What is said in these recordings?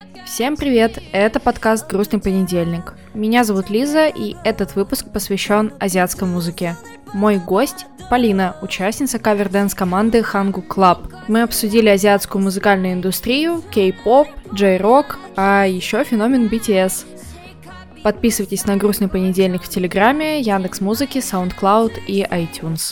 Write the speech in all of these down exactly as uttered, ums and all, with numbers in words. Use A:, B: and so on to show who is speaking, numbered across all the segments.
A: Всем привет! Это подкаст «Грустный понедельник». Меня зовут Лиза, и этот выпуск посвящен азиатской музыке. Мой гость — Полина, участница кавер-дэнс команды Hanguk Club. Мы обсудили азиатскую музыкальную индустрию, кей-поп, джей-рок, а еще феномен би ти эс. Подписывайтесь на «Грустный понедельник» в Телеграме, Яндекс.Музыке, SoundCloud и iTunes.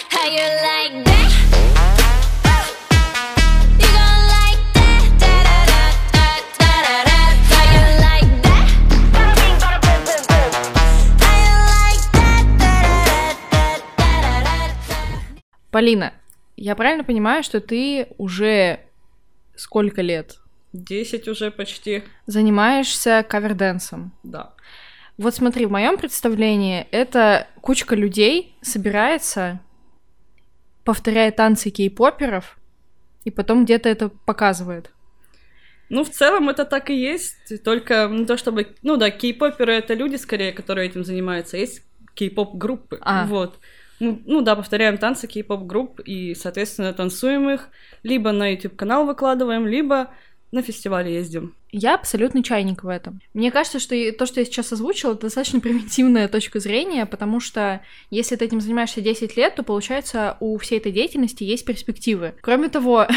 A: Полина, я правильно понимаю, что ты уже сколько лет?
B: Десять уже почти.
A: Занимаешься кавер-дэнсом?
B: Да.
A: Вот смотри, в моем представлении это кучка людей собирается, повторяет танцы кей-поперов, и потом где-то это показывает.
B: Ну, в целом это так и есть, только не то чтобы... Ну да, кей-поперы — это люди, скорее, которые этим занимаются, есть кей-поп-группы,
A: а.
B: вот. Ну, ну да, повторяем танцы кей-поп-групп и, соответственно, танцуем их, либо на YouTube-канал выкладываем, либо на фестивале ездим.
A: Я абсолютный чайник в этом. Мне кажется, что то, что я сейчас озвучила, это достаточно примитивная точка зрения, потому что если ты этим занимаешься десять лет, то, получается, у всей этой деятельности есть перспективы. Кроме того,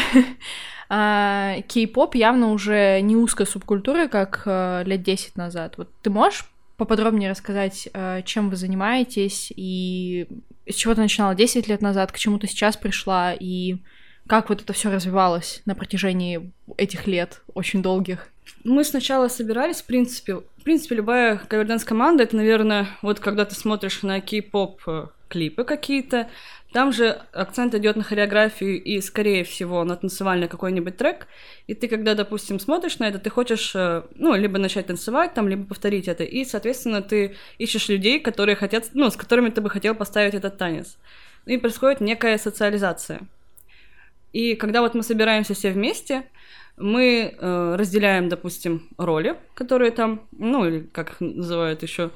A: кей-поп явно уже не узкая субкультура, как лет десять назад. Вот ты можешь поподробнее рассказать, чем вы занимаетесь, и с чего ты начинала десять лет назад, к чему ты сейчас пришла, и как вот это все развивалось на протяжении этих лет, очень долгих?
B: Мы сначала собирались, в принципе, в принципе, любая кавер-дэнс-команда, это, наверное, вот когда ты смотришь на кей-поп клипы какие-то, там же акцент идет на хореографию и, скорее всего, на танцевальный какой-нибудь трек, и ты, когда, допустим, смотришь на это, ты хочешь, ну, либо начать танцевать там, либо повторить это, и, соответственно, ты ищешь людей, которые хотят, ну, с которыми ты бы хотел поставить этот танец. И происходит некая социализация. И когда вот мы собираемся все вместе, мы э, разделяем, допустим, роли, которые там, ну, или как их называют еще,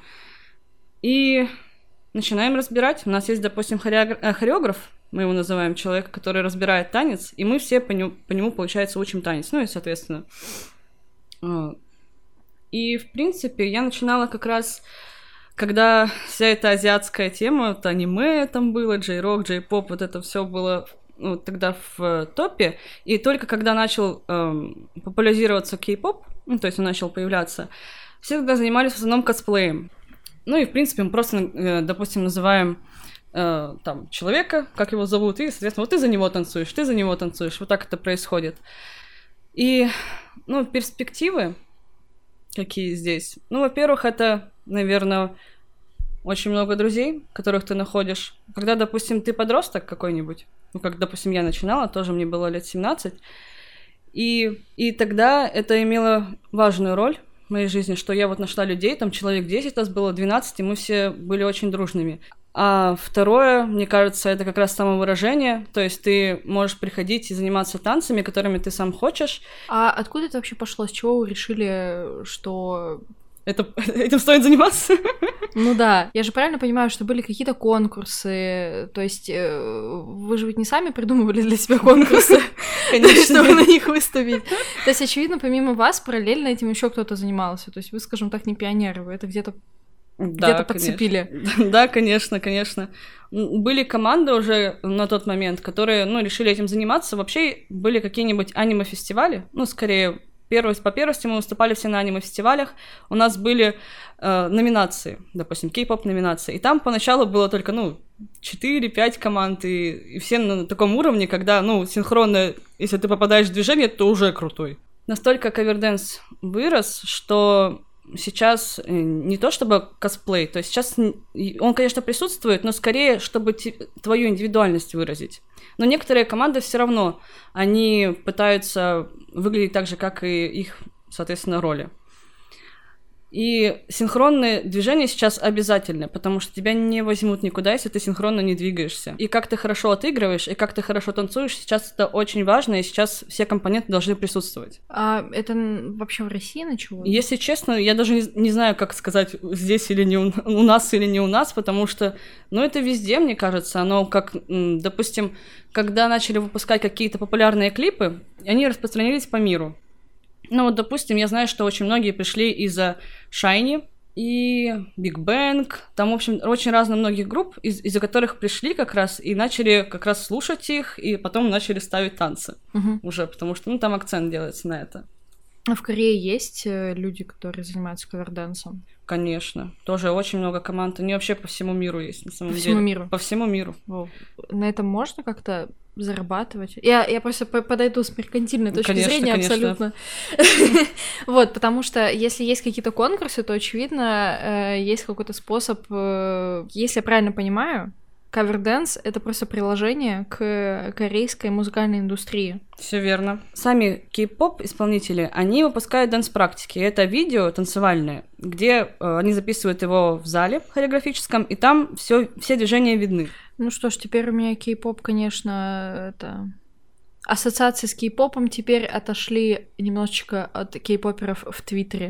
B: и начинаем разбирать. У нас есть, допустим, хореограф, хореограф, мы его называем, человек, который разбирает танец, и мы все по нему, по нему получается, учим танец. Ну и, соответственно. И, в принципе, я начинала как раз, когда вся эта азиатская тема, вот аниме там было, джей-рок, джей-поп, вот это все было... Ну, тогда в топе, и только когда начал эм, популяризироваться кей-поп, ну, то есть он начал появляться, все тогда занимались в основном косплеем. Ну и, в принципе, мы просто, э, допустим, называем э, там человека, как его зовут, и, соответственно, вот ты за него танцуешь, ты за него танцуешь, вот так это происходит. И, ну, перспективы какие здесь? Ну, во-первых, это, наверное, очень много друзей, которых ты находишь. Когда, допустим, ты подросток какой-нибудь, ну, как, допустим, я начинала, тоже мне было лет семнадцать, и, и тогда это имело важную роль в моей жизни, что я вот нашла людей, там человек десять, нас было двенадцать, и мы все были очень дружными. А второе, мне кажется, это как раз самовыражение, то есть ты можешь приходить и заниматься танцами, которыми ты сам хочешь.
A: А откуда это вообще пошло? С чего вы решили, что...
B: Это, этим стоит заниматься?
A: Ну да, я же правильно понимаю, что были какие-то конкурсы, то есть э, вы же ведь не сами придумывали для себя конкурсы, чтобы на них выступить. То есть, очевидно, помимо вас, параллельно этим еще кто-то занимался, то есть вы, скажем так, не пионеры, вы это где-то где-то подцепили.
B: Да, конечно, конечно. Были команды уже на тот момент, которые, ну, решили этим заниматься. Вообще были какие-нибудь аниме-фестивали, ну, скорее... Первость, по первости мы выступали все на аниме-фестивалях, у нас были э, номинации, допустим, кей-поп номинации, и там поначалу было только, ну, четыре-пять команд, и, и все на таком уровне, когда, ну, синхронно, если ты попадаешь в движение, то уже крутой. Настолько кавер-дэнс вырос, что сейчас не то чтобы косплей, то есть сейчас он, конечно, присутствует, но скорее, чтобы т- твою индивидуальность выразить. Но некоторые команды все равно, они пытаются выглядеть так же, как и их, соответственно, роли. И синхронные движения сейчас обязательны, потому что тебя не возьмут никуда, если ты синхронно не двигаешься. И как ты хорошо отыгрываешь, и как ты хорошо танцуешь, сейчас это очень важно, и сейчас все компоненты должны присутствовать.
A: А это вообще в России началось?
B: Если честно, я даже не, не знаю, как сказать, здесь или не у, у нас, или не у нас, потому что, ну, это везде, мне кажется, оно как, допустим, когда начали выпускать какие-то популярные клипы, они распространились по миру. Ну вот, допустим, я знаю, что очень многие пришли из-за Shiny и Big Bang. Там, в общем, очень разно многих групп, из- из-за которых пришли как раз и начали как раз слушать их, и потом начали ставить танцы
A: Мгм.
B: уже, потому что, ну, там акцент делается на это.
A: А в Корее есть э, люди, которые занимаются каверденсом?
B: Конечно. Тоже очень много команд. Они вообще по всему миру есть, на самом
A: По
B: деле.
A: всему миру?
B: По всему миру.
A: О, на этом можно как-то зарабатывать? Я, я просто по- подойду с меркантильной точки
B: Конечно,
A: зрения
B: конечно.
A: абсолютно. Вот, потому что если есть какие-то конкурсы, то, очевидно, э, есть какой-то способ, э, если я правильно понимаю, каверденс — это просто приложение к корейской музыкальной индустрии.
B: Все верно. Сами кей-поп исполнители, они выпускают дэнс-практики. Это видео танцевальное, где э, они записывают его в зале хореографическом, и там все, все движения видны.
A: Ну что ж, теперь у меня кей-поп, конечно, это... Ассоциации с кей-попом теперь отошли немножечко от кей-поперов в Твиттере.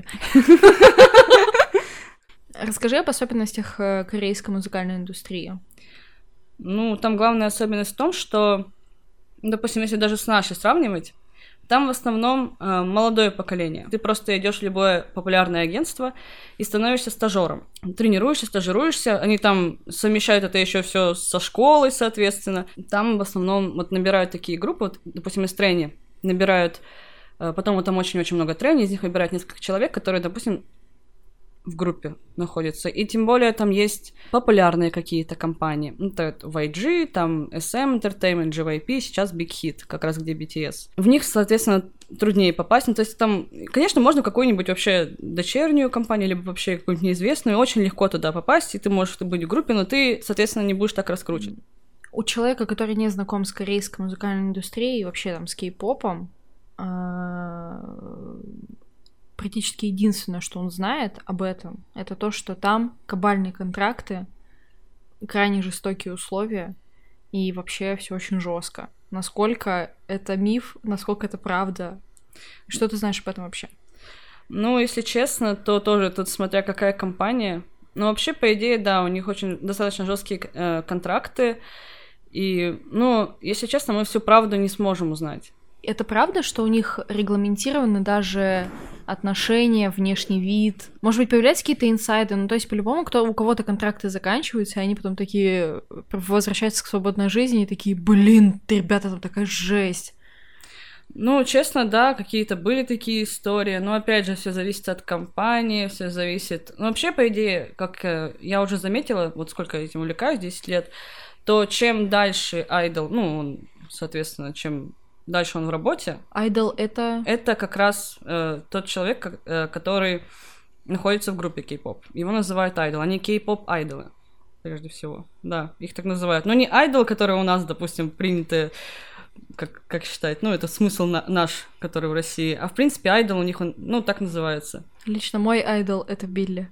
A: Расскажи об особенностях э, корейской музыкальной индустрии.
B: Ну, там главная особенность в том, что, допустим, если даже с нашей сравнивать, там в основном э, молодое поколение. Ты просто идешь в любое популярное агентство и становишься стажером. Тренируешься, стажируешься, они там совмещают это еще все со школой, соответственно. Там в основном вот набирают такие группы, вот, допустим, из трени набирают, э, потом вот там очень-очень много трени, из них выбирают несколько человек, которые, допустим, в группе находятся. И тем более там есть популярные какие-то компании. Ну, это вай джи, там эс эм Entertainment, джи вай пи, сейчас Big Hit, как раз где би ти эс. В них, соответственно, труднее попасть. Ну, то есть там, конечно, можно в какую-нибудь вообще дочернюю компанию, либо вообще какую-нибудь неизвестную, очень легко туда попасть, и ты можешь быть в группе, но ты, соответственно, не будешь так раскручен.
A: У человека, который не знаком с корейской музыкальной индустрией и вообще там с кей-попом, практически единственное, что он знает об этом, это то, что там кабальные контракты, крайне жестокие условия, и вообще все очень жестко. Насколько это миф, насколько это правда? Что ты знаешь об этом вообще?
B: Ну, если честно, то тоже тут смотря какая компания. Но вообще, по идее, да, у них очень достаточно жесткие э, контракты. И, ну, если честно, мы всю правду не сможем узнать.
A: Это правда, что у них регламентированы даже отношения, внешний вид? Может быть, появляются какие-то инсайды? Ну, то есть, по-любому, кто, у кого-то контракты заканчиваются, и они потом такие возвращаются к свободной жизни и такие, блин, ты, ребята, там такая жесть.
B: Ну, честно, да, какие-то были такие истории, но, опять же, все зависит от компании, все зависит... Ну, вообще, по идее, как я уже заметила, вот сколько я этим увлекаюсь, десять лет, то чем дальше айдол, ну, он, соответственно, чем... Дальше он в работе.
A: Айдол — это...
B: Это как раз э, тот человек, э, который находится в группе кей-поп. Его называют айдол. Они кей-поп-айдолы, прежде всего. Да, их так называют. Но не айдол, который у нас, допустим, принято, как, как считать, ну, это смысл на, наш, который в России. А в принципе, айдол у них, он, ну, так называется.
A: Лично мой айдол — это Билли.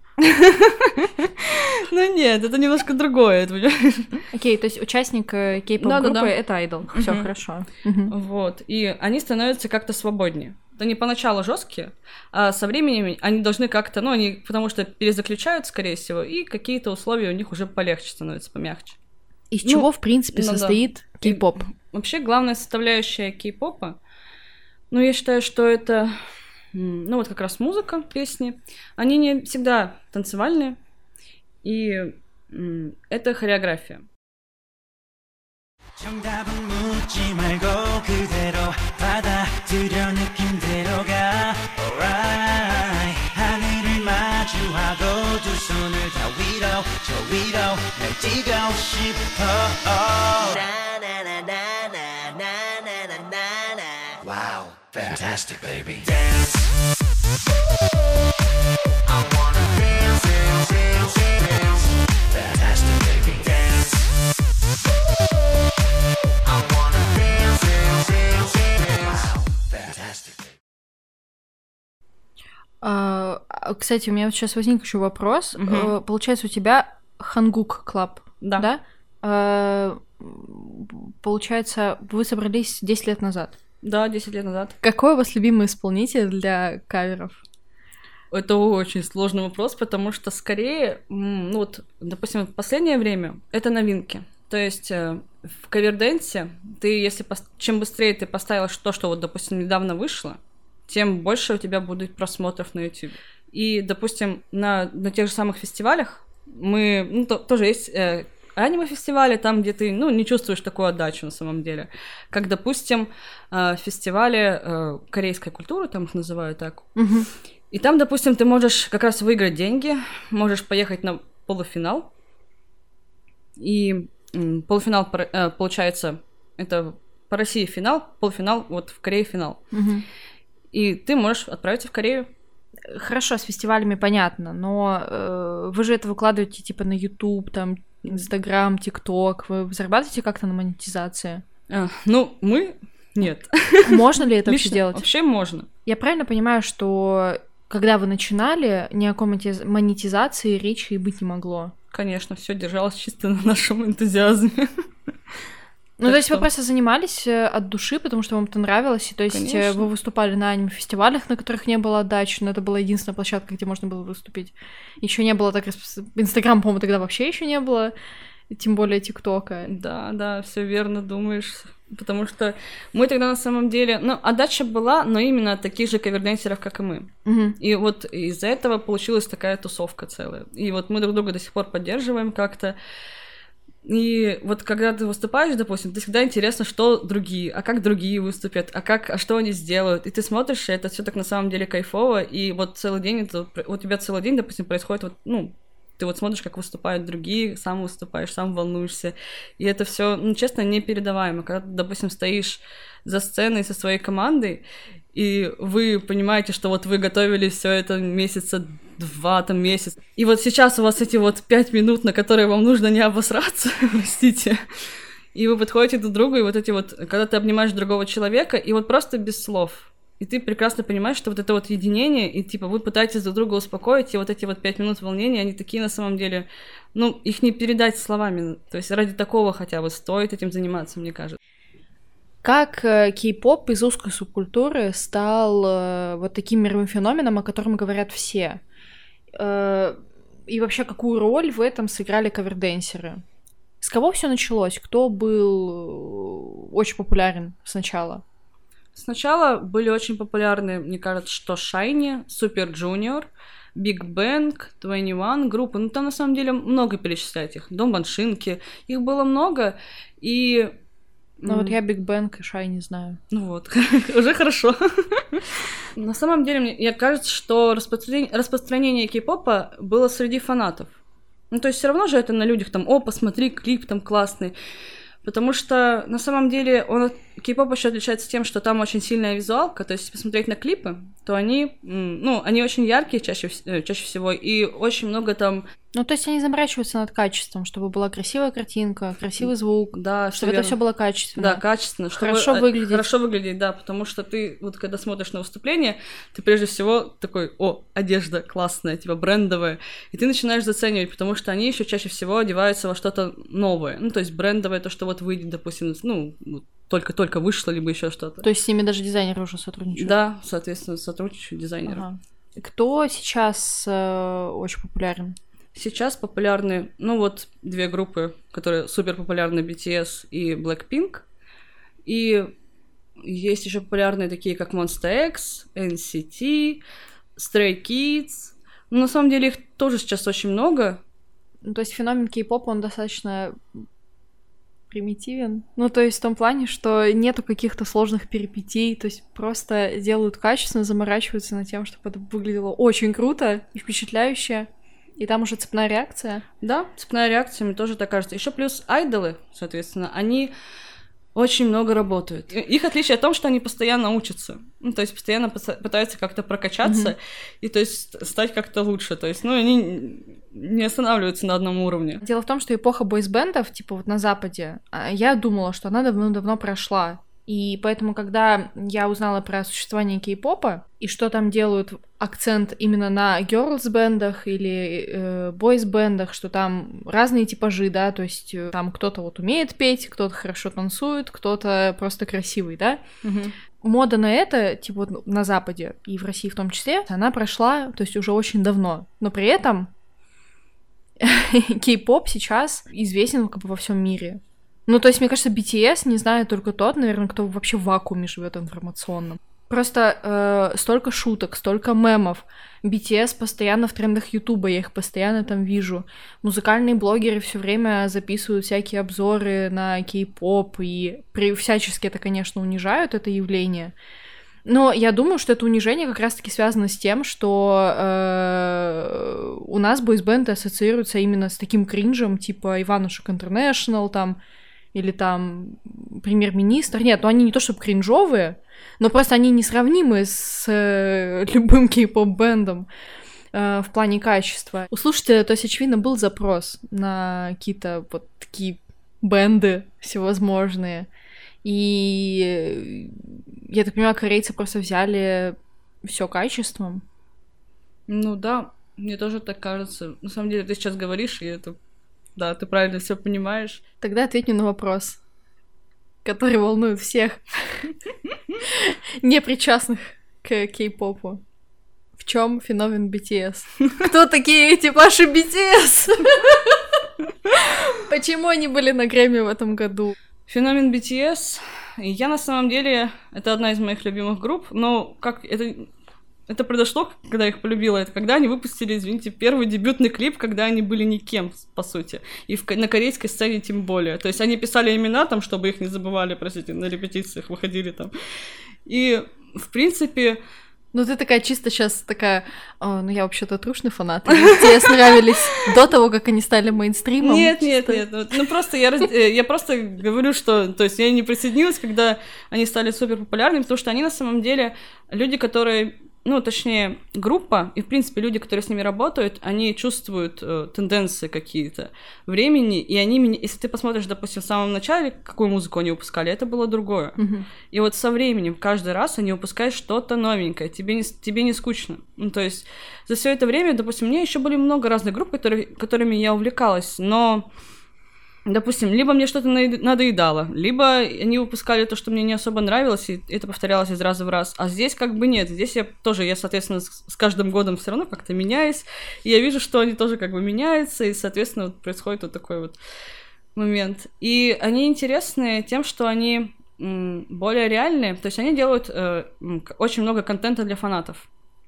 B: Ну нет, это немножко другое.
A: Окей, то есть участник кей-поп-группы — это айдол. Все хорошо.
B: Вот, и они становятся как-то свободнее. Они поначалу жесткие, а со временем они должны как-то, ну, они потому что перезаключают, скорее всего, и какие-то условия у них уже полегче становятся, помягче.
A: Из чего, в принципе, состоит кей-поп?
B: Вообще, главная составляющая кей-попа, ну, я считаю, что это, ну, вот как раз музыка, песни. Они не всегда танцевальные, и это хореография. 정답은 묻지 말고 그대로 받아들여 느낌대로 가 Alright 하늘을 마주하고 두 손을 다 위로 저 위로 날 뛰고 싶어 Wow, fantastic baby Dance I wanna dance, dance, dance, dance Fantastic baby Dance
A: Uh, кстати, у меня вот сейчас возник еще вопрос.
B: Угу.
A: Uh, получается, у тебя Hanguk Club,
B: да?
A: да? Uh, получается, вы собрались десять лет назад.
B: Да, десять лет назад.
A: Какой у вас любимый исполнитель для каверов?
B: Это очень сложный вопрос, потому что скорее, ну вот, допустим, в последнее время это новинки. То есть в каверденсе ты, если пос... чем быстрее ты поставила то, что вот, допустим, недавно вышло, тем больше у тебя будет просмотров на YouTube. И, допустим, на, на тех же самых фестивалях мы... Ну, то, тоже есть э, аниме-фестивали, там, где ты, ну, не чувствуешь такую отдачу на самом деле. Как, допустим, э, фестивали э, корейской культуры, там их называют так.
A: Угу.
B: И там, допустим, ты можешь как раз выиграть деньги, можешь поехать на полуфинал. И м, полуфинал, э, получается, это по России финал, полуфинал, вот в Корее финал.
A: Угу.
B: И ты можешь отправиться в Корею.
A: Хорошо, с фестивалями понятно, но э, вы же это выкладываете типа на YouTube, там, Instagram, TikTok. Вы зарабатываете как-то на монетизации?
B: А, ну, мы... Нет.
A: Можно ли это вообще
B: Лично
A: делать?
B: Вообще можно.
A: Я правильно понимаю, что когда вы начинали, ни о какой монетизации речи и быть не могло?
B: Конечно, все держалось чисто на нашем энтузиазме.
A: Ну,
B: Так
A: то есть
B: что...
A: вы просто занимались от души, потому что вам это нравилось, и то есть
B: Конечно.
A: Вы выступали на аниме-фестивалях, на которых не было отдачи, но это была единственная площадка, где можно было выступить. Еще не было так... Инстаграм, по-моему, тогда вообще еще не было, тем более ТикТока.
B: Да, да, все верно думаешь, потому что мы тогда на самом деле... Ну, отдача была, но именно от таких же каверденсеров, как и мы.
A: Угу.
B: И вот из-за этого получилась такая тусовка целая. И вот мы друг друга до сих пор поддерживаем как-то. И вот когда ты выступаешь, допустим, ты всегда интересно, что другие, а как другие выступят, а как, а что они сделают. И ты смотришь, и это все так на самом деле кайфово. И вот целый день, это, у тебя целый день, допустим, происходит вот, ну, ты вот смотришь, как выступают другие, сам выступаешь, сам волнуешься. И это все, ну, честно, непередаваемо. Когда ты, допустим, стоишь за сценой со своей командой, и вы понимаете, что вот вы готовили все это месяца два, там, месяц. И вот сейчас у вас эти вот пять минут, на которые вам нужно не обосраться, простите, и вы подходите друг к другу, и вот эти вот, когда ты обнимаешь другого человека, и вот просто без слов, и ты прекрасно понимаешь, что вот это вот единение, и типа вы пытаетесь друг друга успокоить, и вот эти вот пять минут волнения, они такие на самом деле, ну, их не передать словами, то есть ради такого хотя бы стоит этим заниматься, мне кажется.
A: Как кей-поп из узкой субкультуры стал э, вот таким мировым феноменом, о котором говорят все? Э, и вообще, какую роль в этом сыграли каверденсеры? С кого все началось? Кто был очень популярен сначала?
B: Сначала были очень популярны, мне кажется, что Shiny, Super Junior, Big Bang, двадцать один группы. Ну, там на самом деле много перечислять их. Дом Баншинки. Их было много, и...
A: Ну вот я Big Bang и Shiny не знаю.
B: Ну вот, уже хорошо. На самом деле, мне кажется, что распространение, распространение кей-попа было среди фанатов. Ну, то есть все равно же это на людях там, о, посмотри, клип там классный. Потому что на самом деле он от кей-попа еще отличается тем, что там очень сильная визуалка, то есть если посмотреть на клипы, то они, ну, они очень яркие чаще, чаще всего, и очень много там...
A: Ну, то есть они заморачиваются над качеством, чтобы была красивая картинка, красивый звук,
B: да,
A: чтобы это все было качественно.
B: Да, качественно.
A: Хорошо
B: чтобы...
A: выглядеть.
B: Хорошо выглядеть, да, потому что ты, вот когда смотришь на выступление, ты прежде всего такой, о, одежда классная, типа брендовая, и ты начинаешь заценивать, потому что они еще чаще всего одеваются во что-то новое, ну, то есть брендовое, то, что вот выйдет, допустим, ну, только-только вышло, либо еще что-то.
A: То есть с ними даже дизайнеры уже сотрудничают?
B: Да, соответственно, сотрудничают дизайнеры.
A: Ага. Кто сейчас э, очень популярен?
B: Сейчас популярны, ну вот, две группы, которые супер популярны, би ти эс и Blackpink. И есть еще популярные такие, как Monsta X, эн си ти, Stray Kids. Но на самом деле их тоже сейчас очень много.
A: Ну, то есть феномен кей-попа, он достаточно примитивен. Ну, то есть в том плане, что нету каких-то сложных перипетий, то есть просто делают качественно, заморачиваются над тем, чтобы это выглядело очень круто и впечатляюще. И там уже цепная реакция?
B: Да, цепная реакция, мне тоже так кажется. Еще плюс айдолы, соответственно, они очень много работают. Их отличие в том, что они постоянно учатся. Ну, то есть постоянно пытаются как-то прокачаться mm-hmm. и то есть стать как-то лучше. То есть, ну, они не останавливаются на одном уровне.
A: Дело в том, что эпоха бойсбендов, типа вот на Западе, я думала, что она давно-давно прошла. И поэтому, когда я узнала про существование кей-попа и что там делают акцент именно на герлс-бендах или э, бойс-бендах, что там разные типажи, да, то есть э, там кто-то вот умеет петь, кто-то хорошо танцует, кто-то просто красивый, да.
B: Mm-hmm.
A: Мода на это, типа вот на Западе и в России в том числе, она прошла, то есть уже очень давно. Но при этом кей-поп сейчас известен как бы во всем мире. Ну, то есть, мне кажется, би ти эс не знает только тот, наверное, кто вообще в вакууме живет информационном. Просто э, столько шуток, столько мемов. би ти эс постоянно в трендах Ютуба, я их постоянно там вижу. Музыкальные блогеры все время записывают всякие обзоры на кей-поп, и при, всячески это, конечно, унижают, это явление. Но я думаю, что это унижение как раз-таки связано с тем, что э, у нас бойсбенды ассоциируются именно с таким кринжем, типа Иванушек Интернешнл, там, или там Премьер-министр. Нет, ну они не то чтобы кринжовые, но просто они несравнимы с э, любым кей-поп-бэндом э, в плане качества. У слушателя, то есть, очевидно, был запрос на какие-то вот такие бэнды всевозможные. И я так понимаю, корейцы просто взяли все качеством.
B: Ну да, мне тоже так кажется. На самом деле, ты сейчас говоришь, и это... Да, ты правильно все понимаешь.
A: Тогда ответь мне на вопрос, который волнует всех, не причастных к кей-попу. В чем феномен би ти эс? Кто такие эти ваши би ти эс? Почему они были на Грэмми в этом году?
B: Феномен би ти эс, я на самом деле, это одна из моих любимых групп, но как это... Это произошло, когда я их полюбила, это когда они выпустили, извините, первый дебютный клип, когда они были никем, по сути. И в, на корейской сцене тем более. То есть они писали имена там, чтобы их не забывали, простите, на репетициях выходили там. И, в принципе...
A: Ну ты такая чисто сейчас такая, О, ну я вообще-то трушный фанат. Тебе нравились до того, как они стали мейнстримом?
B: Нет, нет, нет. Ну просто я, я просто говорю, что... То есть я не присоединилась, когда они стали супер популярными, потому что они на самом деле люди, которые... Ну, точнее, группа, и, в принципе, люди, которые с ними работают, они чувствуют э, тенденции какие-то времени, и они меня... Если ты посмотришь, допустим, в самом начале, какую музыку они выпускали, это было другое. Mm-hmm. И вот со временем каждый раз они выпускают что-то новенькое, тебе не, тебе не скучно. Ну, то есть за все это время, допустим, у меня еще были много разных групп, которые, которыми я увлекалась, но... Допустим, либо мне что-то надоедало, либо они выпускали то, что мне не особо нравилось, и это повторялось из раза в раз. А здесь как бы нет. Здесь я тоже, я, соответственно, с каждым годом все равно как-то меняюсь, и я вижу, что они тоже как бы меняются, и, соответственно, вот происходит вот такой вот момент. И они интересны тем, что они м, более реальные, то есть они делают э, очень много контента для фанатов.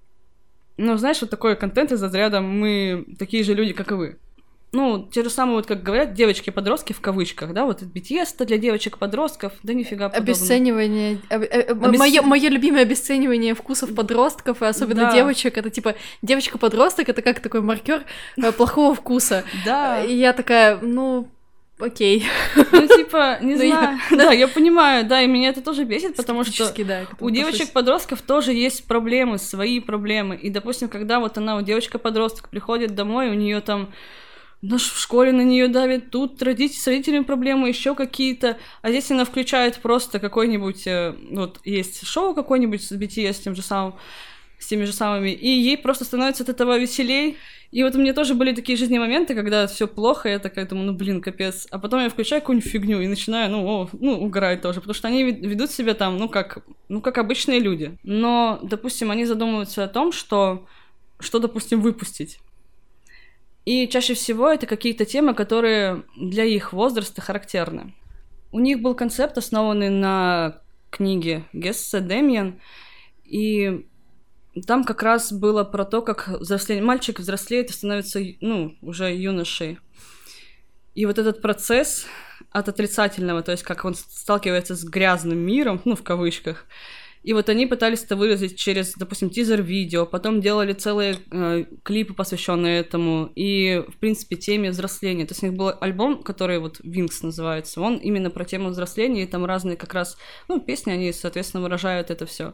B: Ну, знаешь, вот такой контент из разряда «мы такие же люди, как и вы». Ну, те же самые, вот как говорят, девочки-подростки в кавычках, да, вот би ти эс это для девочек-подростков, да нифига подобного.
A: Обесценивание, об, об, мое, мое любимое обесценивание вкусов подростков, и особенно да. девочек, это типа девочка-подросток, это как такой маркер плохого вкуса.
B: Да.
A: И я такая, ну... Окей.
B: Ну, типа, не знаю. Да, я понимаю, да, и меня это тоже бесит, потому что у девочек-подростков тоже есть проблемы, свои проблемы. И, допустим, когда вот она, девочка-подросток, приходит домой, у нее там... Ну, в школе на нее давят, тут родители, с родителями проблемы, еще какие-то. А здесь она включает просто какой-нибудь... Э, вот есть шоу какое-нибудь с би ти эс, с тем же самым, с теми же самыми, и ей просто становится от этого веселей. И вот у меня тоже были такие жизненные моменты, когда все плохо, и я такая думаю, ну, блин, капец. А потом я включаю какую-нибудь фигню и начинаю, ну, о, ну, угорать тоже, потому что они ведут себя там, ну, как, ну, как обычные люди. Но, допустим, они задумываются о том, что, что, допустим, выпустить. И чаще всего это какие-то темы, которые для их возраста характерны. У них был концепт, основанный на книге Гессе Демьян, и там как раз было про то, как взросле... мальчик взрослеет и становится, ну, уже юношей. И вот этот процесс от отрицательного, то есть как он сталкивается с грязным миром, ну, в кавычках, и вот они пытались это выразить через, допустим, тизер-видео, потом делали целые э, клипы, посвященные этому, и, в принципе, теме взросления. То есть у них был альбом, который вот Wings называется, он именно про тему взросления, и там разные как раз, ну, песни, они, соответственно, выражают это все.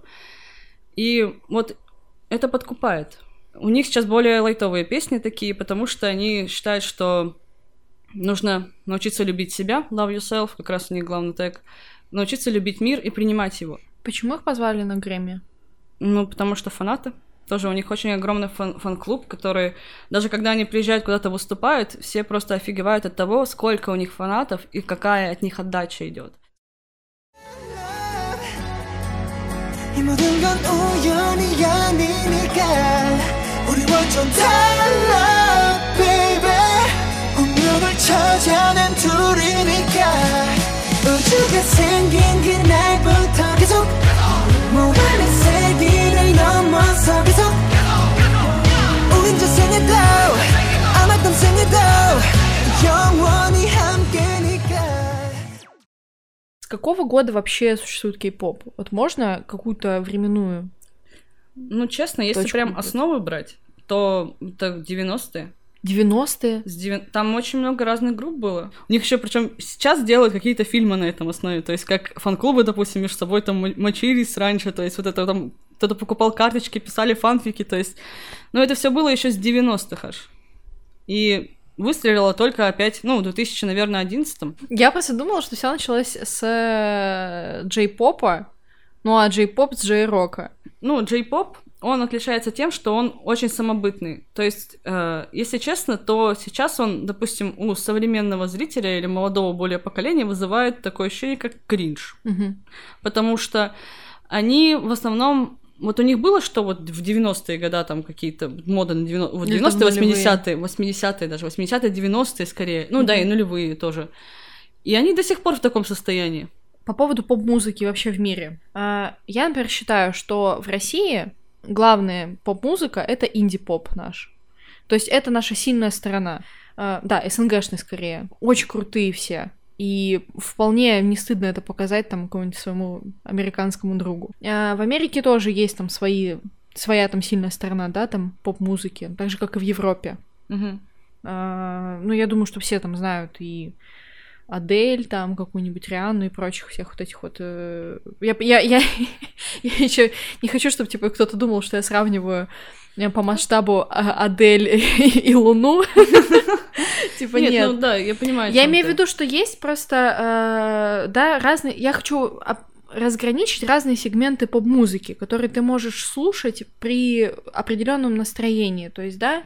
B: И вот это подкупает. У них сейчас более лайтовые песни такие, потому что они считают, что нужно научиться любить себя, love yourself, как раз у них главный тег, научиться любить мир и принимать его.
A: Почему их позвали на Грэмми?
B: Ну, потому что фанаты. Тоже у них очень огромный фан- фан-клуб, который, даже когда они приезжают куда-то выступают, все просто офигевают от того, сколько у них фанатов и какая от них отдача идет.
C: 우주가 생긴 그날부터 계속 모험을 계속 계속 우린 저승에도 아마 땀승에도 영원히 함께니까.
A: С какого года вообще существует кей-поп? Вот можно какую-то временную?
B: Ну, честно, если
A: точку
B: прям
A: выбрать?
B: основы брать, то это девяностые.
A: девяностые?
B: С девя- Там очень много разных групп было. У них еще, причем сейчас делают какие-то фильмы на этом основе. То есть, как фан-клубы, допустим, между собой там м- мочились раньше. То есть, вот это там кто-то покупал карточки, писали фанфики. То есть, ну, это все было еще с девяностых аж. И выстрелило только опять, ну, в две тысячи, наверное, одиннадцатом.
A: Я просто думала, что все началось с э, джей-попа, ну а джей-поп с джей-рока.
B: Ну, джей-поп, он отличается тем, что он очень самобытный. То есть, э, если честно, то сейчас он, допустим, у современного зрителя или молодого более поколения вызывает такое ощущение, как кринж.
A: Угу.
B: Потому что они в основном... Вот у них было, что вот в девяностые года там какие-то моды на девяностые... Вот девяностые, восьмидесятые, восьмидесятые даже, восьмидесятые, девяностые скорее. Ну mm-hmm. да, и нулевые тоже. И они до сих пор в таком состоянии.
A: По поводу поп-музыки вообще в мире. Я, например, считаю, что в России главная поп-музыка — это инди-поп наш. То есть это наша сильная сторона. Да, СНГшные скорее. Очень крутые все. И вполне не стыдно это показать там какому-нибудь своему американскому другу. А в Америке тоже есть там свои, своя там сильная сторона, да, там поп-музыки, так же, как и в Европе.
B: Угу.
A: А, ну, я думаю, что все там знают и Адель, там, какую-нибудь Рианну и прочих всех вот этих вот... Э... Я, я, я, я еще не хочу, чтобы, типа, кто-то думал, что я сравниваю по масштабу Адель и Луну. Типа нет.
B: Нет, ну да, я понимаю.
A: Я имею в виду, что есть просто, да, разные... Я хочу разграничить разные сегменты поп-музыки, которые ты можешь слушать при определенном настроении. То есть, да,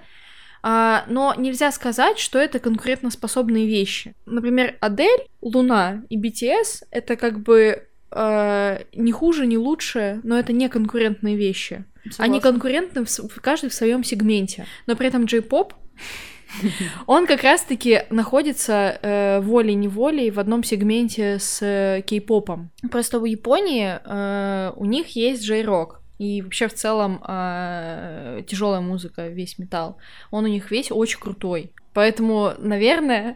A: но нельзя сказать, что это конкурентоспособные вещи. Например, Адель, Луна и би ти эс — это как бы не хуже, не лучше, но это не конкурентные вещи. Согласна. Они конкурентны в, каждый в своем сегменте. Но при этом джей-поп, он как раз-таки находится э, волей-неволей в одном сегменте с э, кей-попом. Просто в Японии э, у них есть джей-рок. И вообще в целом э, тяжелая музыка, весь металл. Он у них весь очень крутой. Поэтому, наверное,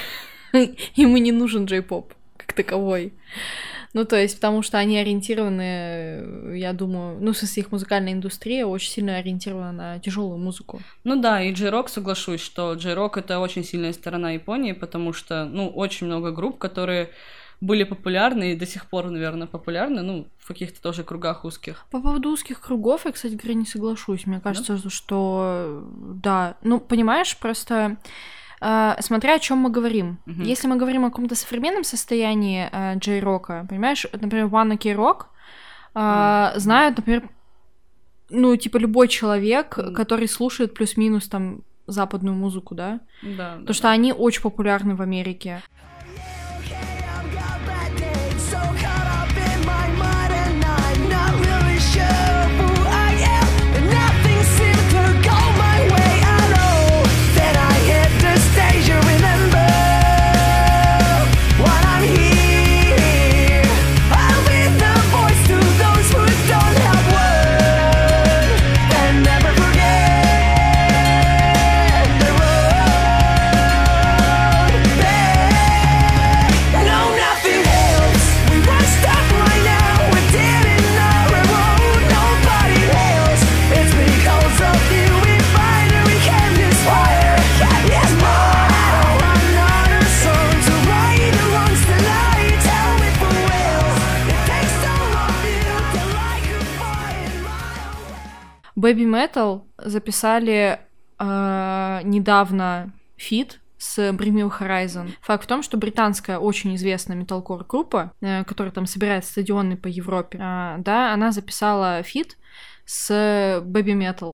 A: ему не нужен джей-поп как таковой. Ну, то есть, потому что они ориентированы, я думаю, ну, в смысле, их музыкальная индустрия очень сильно ориентирована на тяжелую музыку.
B: Ну да, и джей-рок, соглашусь, что джей-рок — это очень сильная сторона Японии, потому что, ну, очень много групп, которые были популярны и до сих пор, наверное, популярны, ну, в каких-то тоже кругах узких.
A: По поводу узких кругов я, кстати говоря, не соглашусь. Мне кажется, да? что, да, ну, понимаешь, просто... Uh, смотря о чем мы говорим. Uh-huh. Если мы говорим о каком-то современном состоянии uh, джей-рока, понимаешь, например, One Ok Rock uh, uh-huh. знают, например, ну, типа, любой человек, uh-huh. который слушает плюс-минус там западную музыку, да?
B: Да.
A: Потому
B: да,
A: что
B: да.
A: они очень популярны в Америке. Baby Metal записали э, недавно фит с Bring Me Horizon. Факт в том, что британская очень известная металкор группа, э, которая там собирает стадионы по Европе, э, да, она записала фит с Baby Metal.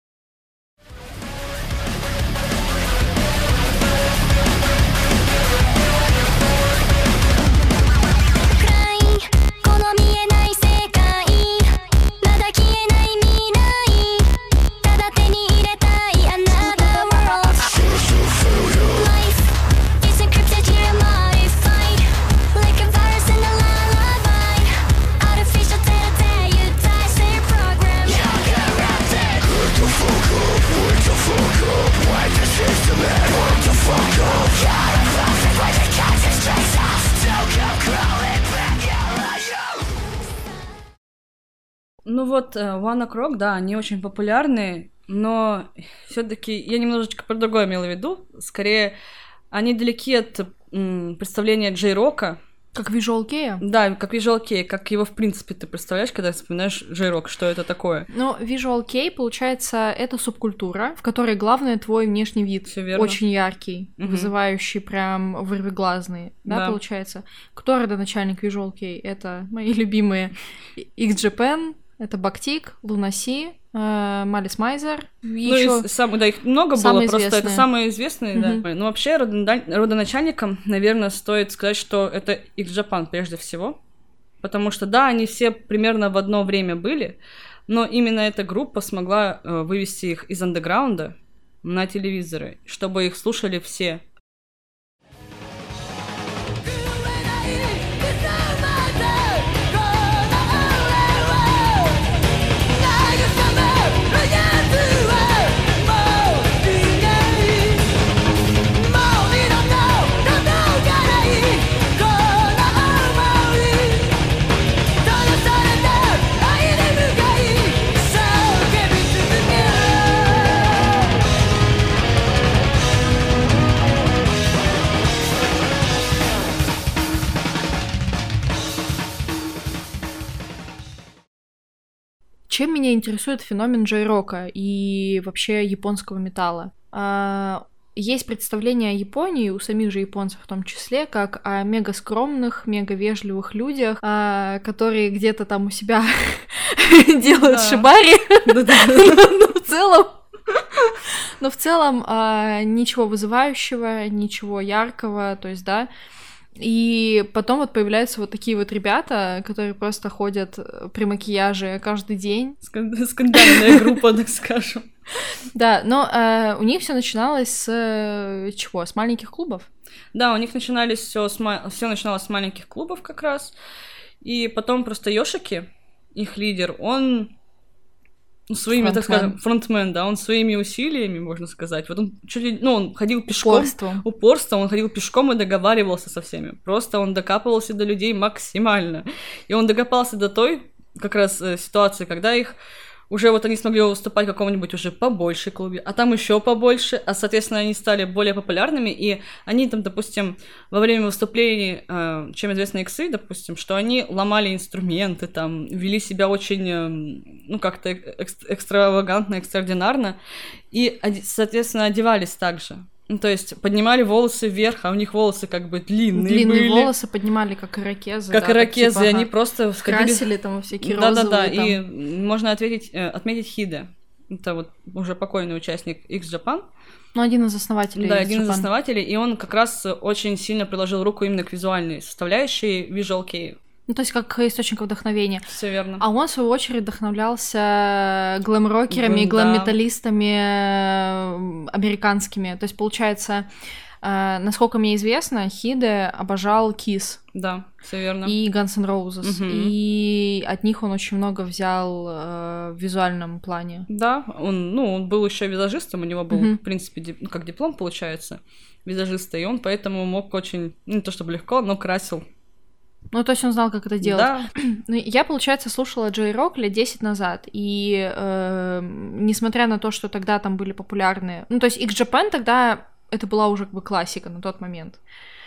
B: Ну вот, One Ok Rock, да, они очень популярны, но все-таки я немножечко про другое имела в виду. Скорее, они далеки от м, представления джей-рока.
A: Как Visual Kei?
B: Да, как Visual Kei, как его в принципе ты представляешь, когда вспоминаешь джей-рок, что это такое?
A: Ну, Visual Kei, получается, это субкультура, в которой главное твой внешний вид.
B: Всё верно.
A: Очень яркий,
B: Мгм.
A: вызывающий прям вырвиглазный, да,
B: Да.
A: получается. Кто родоначальник Visual Kei? Это мои любимые X-Japan, это Бактик, Лунаси, э, Малис Майзер.
B: Ну,
A: Ещё...
B: и сам, да, их много было,
A: самые
B: просто это
A: известные.
B: самые известные,
A: Мгм.
B: да. Но вообще родона- родоначальником, наверное, стоит сказать, что это X-Japan прежде всего, потому что, да, они все примерно в одно время были, но именно эта группа смогла э, вывести их из андеграунда на телевизоры, чтобы их слушали все.
A: Чем меня интересует феномен джей-рока и вообще японского металла? А, Есть представление о Японии, у самих же японцев в том числе, как о мега скромных, мега вежливых людях, а, которые где-то там у себя делают
B: Да.
A: шибари,
B: Да-да-да.
A: но в целом но в целом а, ничего вызывающего, ничего яркого, то есть, да. И потом вот появляются вот такие вот ребята, которые просто ходят при макияже каждый день.
B: Скан- Скандальная группа, так скажем.
A: Да, но э, у них все начиналось с э, чего? С маленьких клубов?
B: Да, у них начинались все с ма- все начиналось с маленьких клубов как раз. И потом просто Йошики, их лидер, он ну, своими, так
A: Фронтмен.
B: скажем, фронтмен, да, он своими усилиями, можно сказать. Вот он чуть ли, ну, он ходил пешком.
A: Упорством.
B: Упорство, он ходил пешком и договаривался со всеми. Просто он докапывался до людей максимально. И он докопался до той как раз э, ситуации, когда их уже вот они смогли выступать в каком-нибудь уже побольше клубе, а там еще побольше, а, соответственно, они стали более популярными, и они там, допустим, во время выступлений, э, чем известны иксы, допустим, что они ломали инструменты, там, вели себя очень, э, ну, как-то экс- экстравагантно, экстраординарно, и, оде- соответственно, одевались так же. Ну, то есть поднимали волосы вверх, а у них волосы как бы длинные
A: Длинные
B: были.
A: волосы поднимали, как ирокезы.
B: Как
A: да, так
B: ирокезы,
A: типа,
B: они
A: ага,
B: просто сходили...
A: красили там всякие
B: Да-да-да,
A: розовые.
B: и
A: там.
B: можно ответить, э, отметить Хиде. Это вот уже покойный участник X-Japan.
A: Ну, один из основателей.
B: Да, один из
A: Japan.
B: основателей, и он как раз очень сильно приложил руку именно к визуальной составляющей Visual Kei.
A: Ну, то есть как источник вдохновения.
B: Все верно.
A: А он, в свою очередь, вдохновлялся глэм-рокерами,
B: Глэм, да.
A: глэм-металлистами э, американскими. То есть, получается, э, насколько мне известно, Хиде обожал Kiss
B: Да, все верно.
A: и Guns N' Roses.
B: Мгм.
A: И от них он очень много взял э, в визуальном плане.
B: Да, он, ну, он был еще визажистом, у него был,
A: Мгм.
B: в принципе, дип- ну, как диплом, получается, визажиста, и он поэтому мог очень, ну, не то чтобы легко, но красил.
A: Ну, то есть он знал, как это делать.
B: Да,
A: Ну, я, получается, слушала джей-рок лет десять назад, и э, несмотря на то, что тогда там были популярные... Ну, то есть X-Japan тогда это была уже как бы классика на тот момент.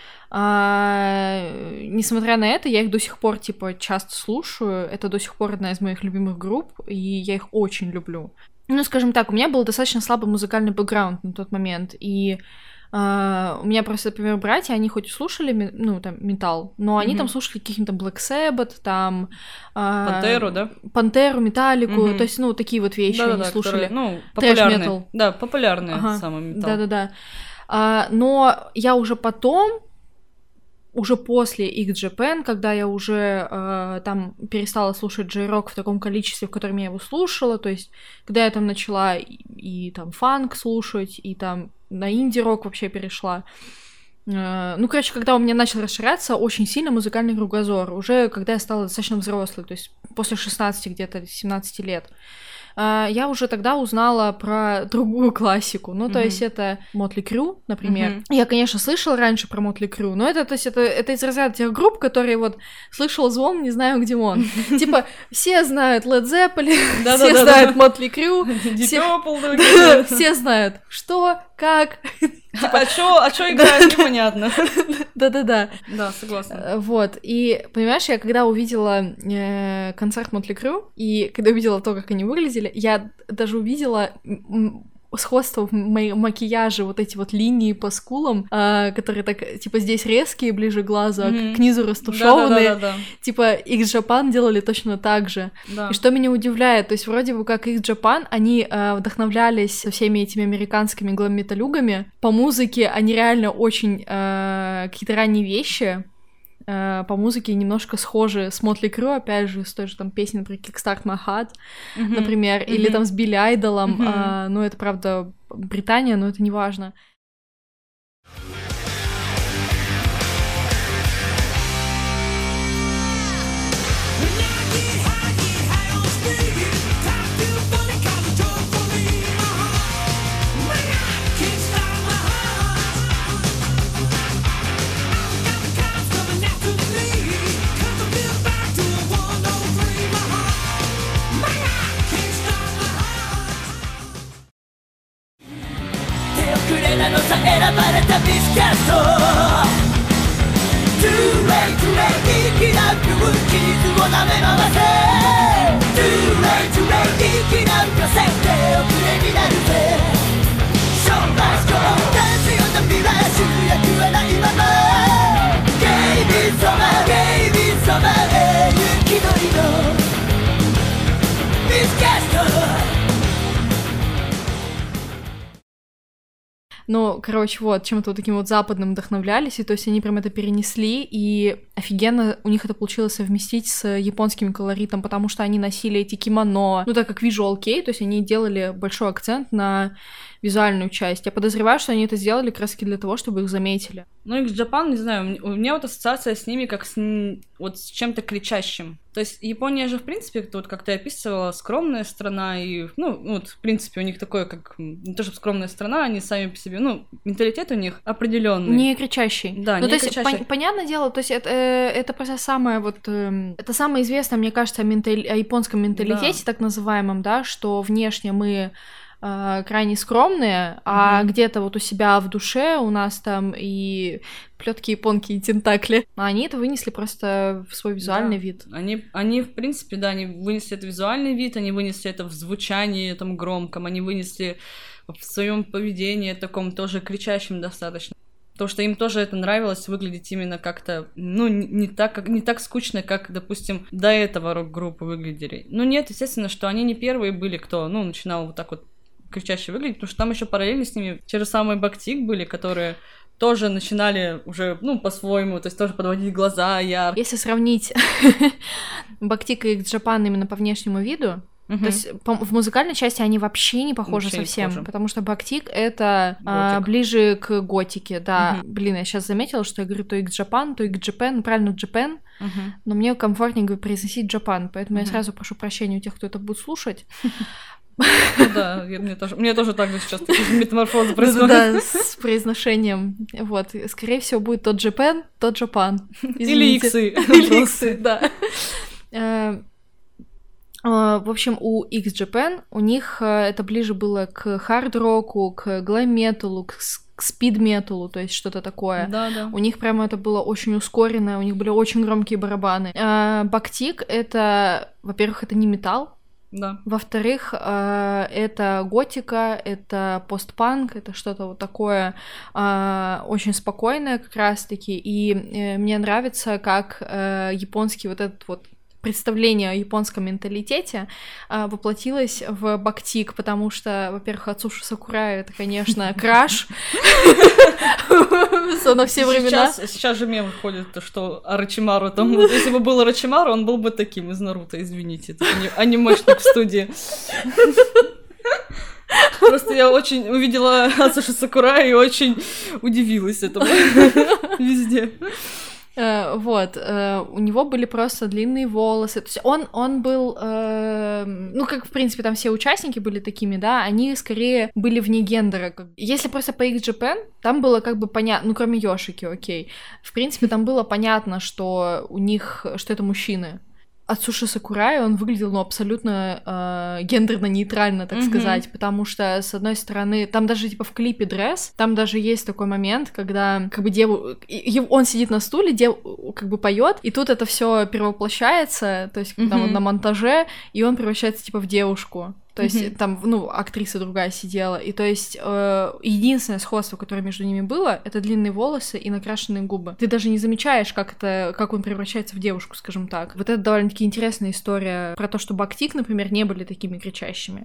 A: А, несмотря на это, я их до сих пор, типа, часто слушаю. Это до сих пор одна из моих любимых групп, и я их очень люблю. Ну, скажем так, у меня был достаточно слабый музыкальный бэкграунд на тот момент, и а, у меня просто, например, братья, они хоть и слушали, ме- ну, там, металл, но они
B: Мгм.
A: там слушали каких-нибудь Black Sabbath, там... а,
B: Пантеру, да?
A: Пантеру, Металлику,
B: Мгм.
A: то есть, ну, такие вот вещи они
B: Да-да-да,
A: слушали.
B: которые, ну,
A: Трэш
B: популярные.
A: метал.
B: Да, популярные
A: Ага,
B: самый металл.
A: Да-да-да. А, но я уже потом, уже после X-Japan, когда я уже э, там перестала слушать джей-рок в таком количестве, в котором я его слушала, то есть когда я там начала и, и там фанк слушать, и там на инди-рок вообще перешла. Э, ну, короче, когда у меня начал расширяться очень сильно музыкальный кругозор, уже когда я стала достаточно взрослой, то есть после шестнадцати где-то, семнадцати лет. я уже тогда узнала про другую классику. Ну, то mm-hmm. есть это Motley Crue, например. Mm-hmm. Я, конечно, слышала раньше про Motley Crue, но это, то есть это, это из разряда тех групп, которые вот слышал звон, не знаю, где он. Типа, все знают Led Zeppelin, все знают Motley Crue, все знают, что, как...
B: Типа, а чё, а чё играет, непонятно.
A: Да-да-да.
B: Да, согласна.
A: Вот, и, понимаешь, я когда увидела э, концерт Motley Crue, и когда увидела то, как они выглядели, я даже увидела... сходство в ма- макияже, вот эти вот линии по скулам, а, которые так, типа, здесь резкие, ближе к глазу, mm-hmm. а к низу растушеванные.
B: Да-да-да-да-да.
A: Типа, X-Japan делали точно так же.
B: Да.
A: И что меня удивляет, то есть вроде бы как X-Japan, они а, вдохновлялись всеми этими американскими глэм-металюгами. По музыке они реально очень а, какие-то ранние вещи по музыке немножко схожи с Motley Crue, опять же, с той же там песней, например, Kickstart My Heart, mm-hmm. например, mm-hmm. или там с Билли Айдолом, mm-hmm. а, ну, это, правда, Британия, но это не важно. Ну, короче, вот, чем-то вот таким вот западным вдохновлялись, и то есть они прям это перенесли, и офигенно у них это получилось совместить с японским колоритом, потому что они носили эти кимоно, ну, так как Visual Kei, то есть они делали большой акцент на визуальную часть. Я подозреваю, что они это сделали как раз-таки для того, чтобы их заметили.
B: Ну, X-Japan, не знаю, у меня вот ассоциация с ними как с, вот, с чем-то кричащим. То есть Япония же, в принципе, вот как ты описывала, скромная страна, и, ну, вот, в принципе, у них такое, как, не то чтобы скромная страна, они сами по себе, ну, менталитет у них определенный.
A: Не кричащий.
B: Да,
A: ну,
B: не
A: то
B: кричащий.
A: есть, пон- понятное дело, то есть это, это просто самое вот, э, это самое известное, мне кажется, о, ментали- о японском менталитете, да. так называемом, да, что внешне мы крайне скромные, mm-hmm. а где-то вот у себя в душе у нас там и плетки, японки, и тентакли. А они это вынесли просто в свой визуальный
B: да.
A: вид.
B: Они, они, в принципе, да, они вынесли это в визуальный вид, они вынесли это в звучании там громком, они вынесли в своем поведении таком тоже кричащем достаточно. Потому что им тоже это нравилось выглядеть именно как-то, ну, не так, как, не так скучно, как, допустим, до этого рок-группы выглядели. Ну, нет, естественно, что они не первые были, кто, ну, начинал вот так вот кричаще выглядеть, потому что там еще параллельно с ними те же самые Бактик были, которые тоже начинали уже, ну, по-своему, то есть тоже подводить глаза ярко.
A: Если сравнить Бактик и X-Japan именно по внешнему виду, uh-huh. то есть по- в музыкальной части они вообще не похожи вообще совсем, не потому что Бактик — это а, ближе к готике, да. Uh-huh. Блин, я сейчас заметила, что я говорю то X-Japan, то X-Japan, правильно, Japan, uh-huh. но мне комфортнее произносить Japan, поэтому uh-huh. я сразу прошу прощения у тех, кто это будет слушать.
B: Ну да, я, мне, тоже, мне тоже так же сейчас такие метаморфозы происходят.
A: Да, с произношением. Вот, скорее всего, будет тот Japan, тот Japan.
B: Или иксы.
A: Или иксы, да. В общем, у X-Japan, у них это ближе было к хард-року, к глэм-металу, к спид-металу, то есть что-то такое.
B: Да, да.
A: У них прямо это было очень ускоренное, у них были очень громкие барабаны. Бактик — это, во-первых, это не металл,
B: да.
A: Во-вторых, э, это готика, это постпанк, это что-то вот такое э, очень спокойное как раз-таки, и э, мне нравится, как э, японский вот этот вот представление о японском менталитете э, воплотилось в Бактик, потому что, во-первых, Ацуша Сакурай — это, конечно, краш на все времена.
B: Сейчас же мем ходит, что Орочимару там... Если бы был Орочимару, он был бы таким из Наруто, извините. Анимешник в студии. Просто я очень увидела Ацушу Сакурай и очень удивилась этому везде.
A: Э, вот, э, у него были просто длинные волосы. То есть он, он был, э, ну, как, в принципе, там все участники были такими, да, они скорее были вне гендера. Если просто по X-Japan, там было как бы понятно, ну, кроме Йошики, окей. В принципе, там было понятно, что у них, что это мужчины. Ацуши Сакурай, он выглядел, ну, абсолютно э, гендерно-нейтрально, так mm-hmm. сказать, потому что, с одной стороны, там даже, типа, в клипе «Дресс», там даже есть такой момент, когда, как бы, деву... он сидит на стуле, дев... как бы поет, и тут это все перевоплощается, то есть, mm-hmm. там, на монтаже, и он превращается, типа, в девушку. То есть mm-hmm. там, ну, актриса другая сидела. И то есть э, единственное сходство, которое между ними было, это длинные волосы и накрашенные губы. Ты даже не замечаешь, как это, как он превращается в девушку, скажем так. Вот это довольно-таки интересная история про то, что Бактик, например, не были такими кричащими.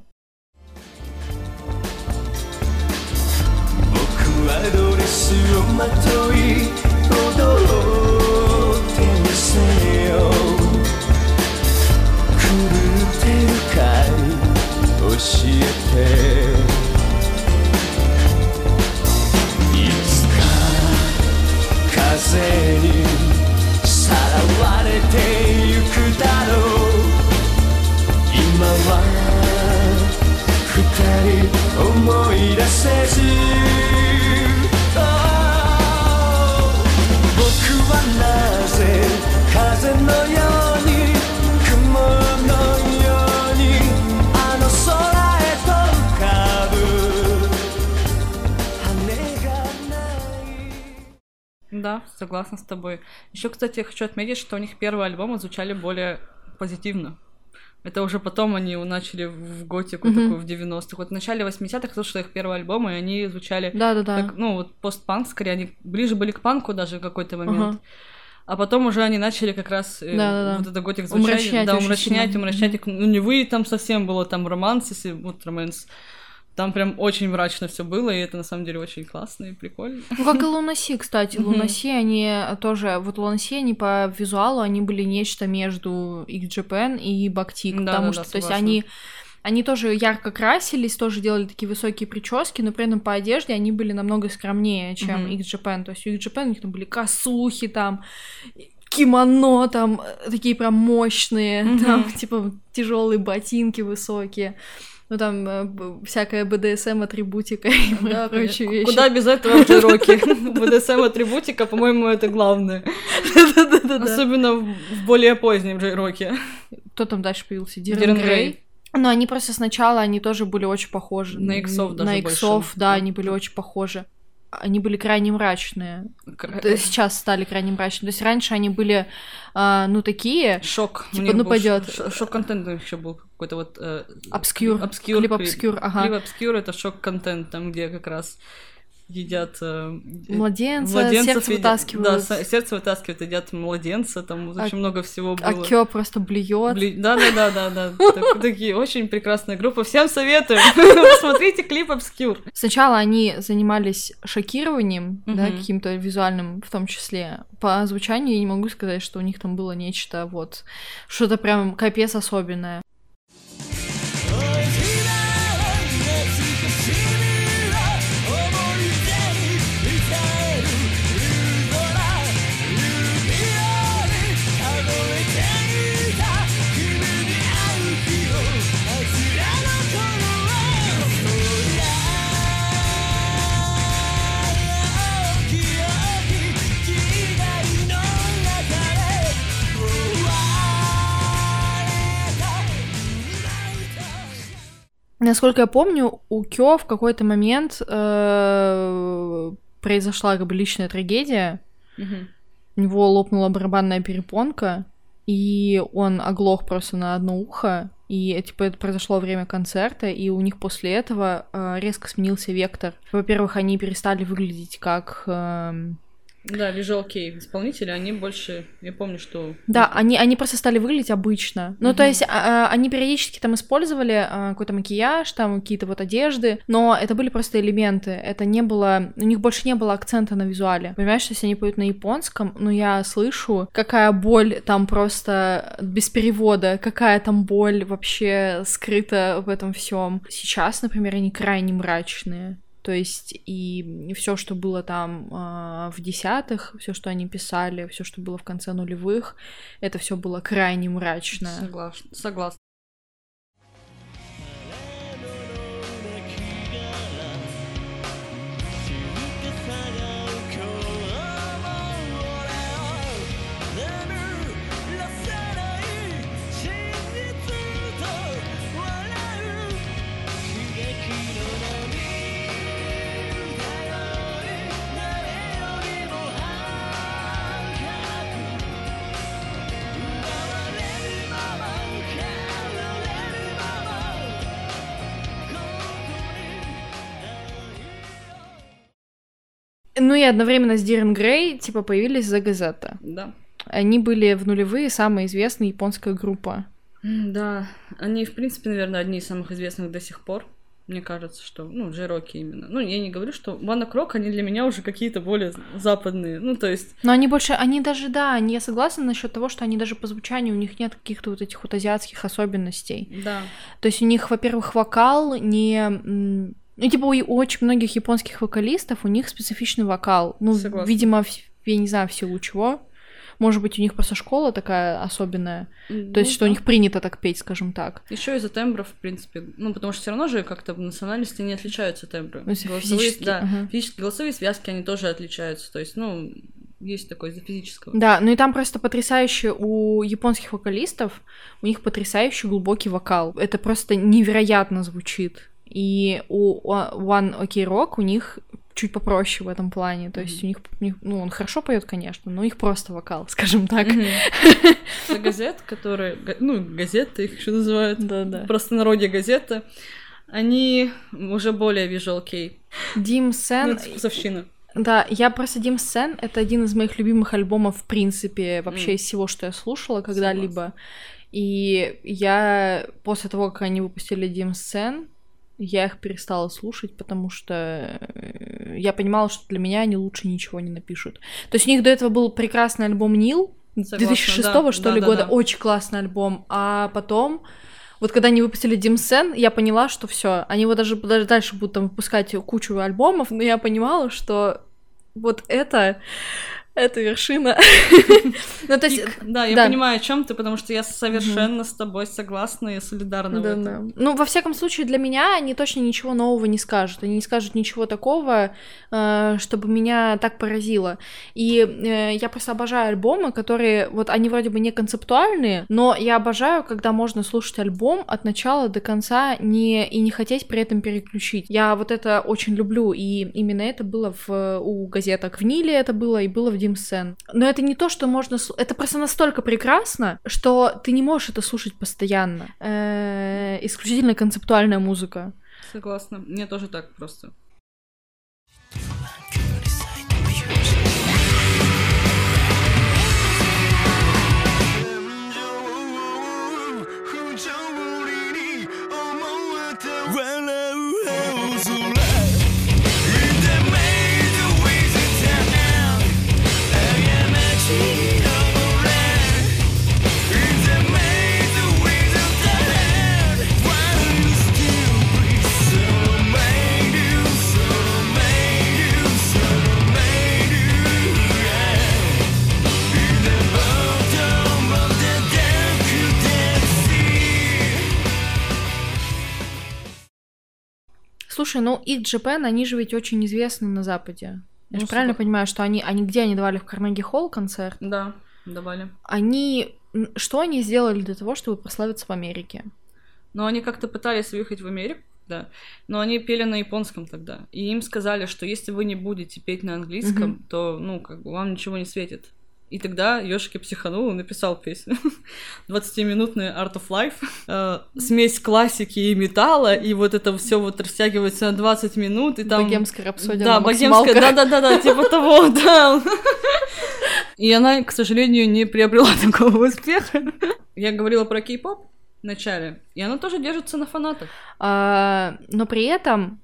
B: Да, согласна с тобой. Еще, кстати, я хочу отметить, что у них первые альбомы звучали более позитивно. Это уже потом они начали в готику, mm-hmm. такую в девяностых. Вот в начале восьмидесятых я слушала их первые альбомы, и они звучали
A: Да-да-да.
B: так, ну, вот постпанк, скорее, они ближе были к панку даже в какой-то момент. Uh-huh. А потом уже они начали как раз
A: Да-да-да.
B: вот это готик звучать.
A: Умрачнять,
B: да, умрачнять,
A: сильно.
B: умрачнять.
A: Mm-hmm.
B: Ну, не вы там совсем было, там романс, если вот романс. Там прям очень мрачно все было, и это на самом деле очень классно и прикольно.
A: Ну, как и Лунаси, кстати. Лунаси, они тоже... Вот Лунаси, они по визуалу, они были нечто между X-Japan и Бактик,
B: да,
A: потому
B: да,
A: что,
B: да,
A: то есть, они... Они тоже ярко красились, тоже делали такие высокие прически, но при этом по одежде они были намного скромнее, чем mm-hmm. X-Japan. То есть у X-Japan у них там были косухи, там, кимоно, там, такие прям мощные, mm-hmm. там, типа, тяжелые ботинки высокие. Ну, там э, всякая бэ дэ эс эм-атрибутика и
B: да,
A: прочие вещи.
B: Куда без этого в джей-роке? бэ дэ эс эм-атрибутика, по-моему, это главное. Особенно в более позднем джей-роке.
A: Кто там дальше появился? Дирен Грей. Но они просто сначала, они тоже были очень похожи.
B: На иксов даже
A: На иксов, да, они были очень похожи. Они были крайне мрачные. Кра... Сейчас стали крайне мрачными. То есть раньше они были, а, ну, такие...
B: Шок.
A: Типа, ну, пойдет.
B: Шок-контент еще был какой-то вот...
A: Обскюр.
B: Обскюр.
A: Клип обскюр, ага.
B: Клип обскюр — это шок-контент, там, где как раз едят... Э,
A: младенца, сердце едят, вытаскивают.
B: Да, сердце вытаскивают, едят младенца, там а, очень много всего было.
A: А Кё просто блюет.
B: Бли... Да-да-да-да, такие очень прекрасная группа. Всем советую, посмотрите клип обскюр.
A: Сначала они занимались шокированием, да, каким-то визуальным в том числе. По звучанию я не могу сказать, что у них там было нечто вот, что-то прям капец особенное. Насколько я помню, у Кё в какой-то момент э, произошла как бы личная трагедия.
B: Mm-hmm.
A: У него лопнула барабанная перепонка, и он оглох просто на одно ухо. И типа это произошло во время концерта, и у них после этого э, резко сменился вектор. Во-первых, они перестали выглядеть как... Э,
B: Да, Visual Kei исполнители, они больше, я помню, что...
A: Да, они, они просто стали выглядеть обычно. Ну, mm-hmm. то есть, а, они периодически там использовали а, какой-то макияж, там какие-то вот одежды, но это были просто элементы, это не было... У них больше не было акцента на визуале. Понимаешь, что если они поют на японском, ну, я слышу, какая боль там просто без перевода, какая там боль вообще скрыта в этом всем. Сейчас, например, они крайне мрачные. То есть и все, что было там э, в десятых, все, что они писали, все, что было в конце нулевых, это все было крайне мрачно.
B: Согласна. Согласна.
A: Ну и одновременно с Дирен Грей, типа, появились The Gazette.
B: Да.
A: Они были в нулевые самая известная японская группа.
B: Да, они, в принципе, наверное, одни из самых известных до сих пор. Мне кажется, что, ну, J-Rock именно. Ну, я не говорю, что One Ok Rock, они для меня уже какие-то более западные, ну, то есть...
A: Но они больше, они даже, да, они, я согласна насчет того, что они даже по звучанию, у них нет каких-то вот этих вот азиатских особенностей.
B: Да.
A: То есть у них, во-первых, вокал не... Ну, типа, у, у очень многих японских вокалистов у них специфичный вокал. Ну,
B: Согласна.
A: видимо, в, я не знаю, в силу чего. Может быть, у них просто школа такая особенная.
B: Ну,
A: То есть, что
B: да.
A: у них принято так петь, скажем так.
B: Еще из-за тембров, в принципе. Ну, потому что все равно же как-то в национальности не отличаются тембры.
A: Ну, если
B: голосовые,
A: физически,
B: да,
A: ага.
B: физически голосовые связки, они тоже отличаются. То есть, ну, есть такое из-за физического.
A: Да, ну и там просто потрясающе у японских вокалистов, у них потрясающий глубокий вокал. Это просто невероятно звучит. И у One Ok Rock у них чуть попроще в этом плане. То есть mm-hmm. у, них, у них, ну, он хорошо поет, конечно, но у них просто вокал, скажем так.
B: Mm-hmm. Газет, которые, ну, газеты их еще называют,
A: Да-да.
B: просто народе газета, они уже более visual kei.
A: Дим Сен...
B: Ну, это вкусовщина.
A: Да, я просто Дим Сен — это один из моих любимых альбомов, в принципе, вообще
B: mm.
A: из всего, что я слушала когда-либо. И я после того, как они выпустили Дим Сен, я их перестала слушать, потому что я понимала, что для меня они лучше ничего не напишут. То есть у них до этого был прекрасный альбом Нил, две тысячи шестого, да, что да, ли, да, года, да. Очень классный альбом. А потом, вот когда они выпустили Дим Сен, я поняла, что все, они вот даже, даже дальше будут там выпускать кучу альбомов, но я понимала, что вот это... Это вершина.
B: ну, то есть, да, я да. понимаю, о чем ты, потому что я совершенно mm-hmm. с тобой согласна и солидарна да, в этом.
A: Да. Ну, во всяком случае, для меня они точно ничего нового не скажут. Они не скажут ничего такого, чтобы меня так поразило. И я просто обожаю альбомы, которые, вот они вроде бы не концептуальные, но я обожаю, когда можно слушать альбом от начала до конца не, и не хотеть при этом переключить. Я вот это очень люблю, и именно это было в, у газеток. В Ниле это было, и было в Дим Сен. Но это не то, что можно... Это просто настолько прекрасно, что ты не можешь это слушать постоянно. Э-э- исключительно концептуальная музыка.
B: Согласна. Мне тоже так просто.
A: Слушай, ну X Japan, они же ведь очень известны на Западе. Я
B: ну,
A: же правильно понимаю, что они, они где они давали в Карнеги Холл концерт?
B: Да, давали.
A: Они... Что они сделали для того, чтобы прославиться в Америке?
B: Ну, они как-то пытались выехать в Америку, да, но они пели на японском тогда. И им сказали, что если вы не будете петь на английском, mm-hmm. то, ну, как бы вам ничего не светит. И тогда Йошики психанул и написал песню. двадцатиминутная Art of Life. Э, смесь классики и металла, и вот это все вот растягивается на двадцать минут. И там...
A: Богемская рапсодия.
B: Да, богемская, да-да-да, типа того, да. И она, к сожалению, не приобрела такого успеха. Я говорила про кей-поп в начале, и она тоже держится на фанатах.
A: А, но при этом...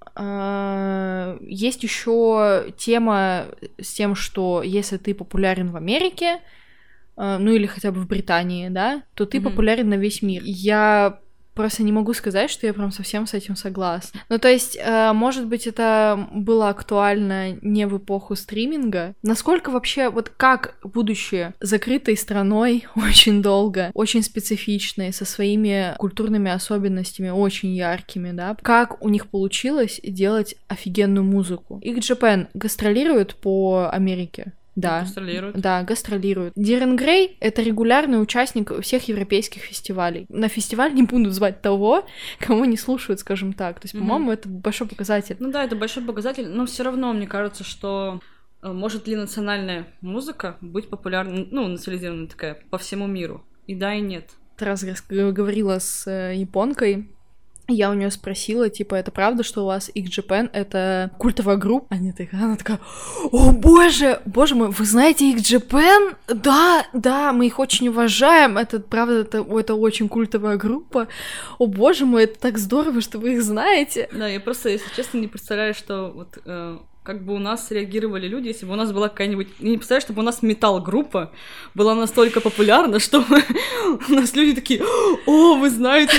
A: Есть еще тема с тем, что если ты популярен в Америке, ну или хотя бы в Британии, да, то ты mm-hmm. популярен на весь мир. Я просто не могу сказать, что я прям совсем с этим согласна. Ну, то есть, э, может быть, это было актуально не в эпоху стриминга. Насколько вообще, вот как, будучи закрытой страной очень долго, очень специфичной, со своими культурными особенностями очень яркими, да, как у них получилось делать офигенную музыку? X-Japan гастролирует по Америке. Да,
B: гастролирует.
A: Да, гастролирует. Дирен Грей — это регулярный участник всех европейских фестивалей. На фестиваль не будут звать того, кого не слушают, скажем так. То есть, mm-hmm. по-моему, это большой показатель.
B: Ну да, это большой показатель, но все равно мне кажется, что может ли национальная музыка быть популярной, ну, национализированная такая, по всему миру? И да, и нет.
A: Раз говорила с японкой, я у нее спросила, типа, это правда, что у вас X-Japan — это культовая группа? Она такая, она такая, о боже, боже мой, вы знаете X-Japan? Да, да, мы их очень уважаем, это правда, это, это очень культовая группа. О боже мой, это так здорово, что вы их знаете.
B: Да, я просто, если честно, не представляю, что вот... Э... как бы у нас реагировали люди, если бы у нас была какая-нибудь... Я не представляю, чтобы у нас метал-группа была настолько популярна, что у нас люди такие, о, вы знаете,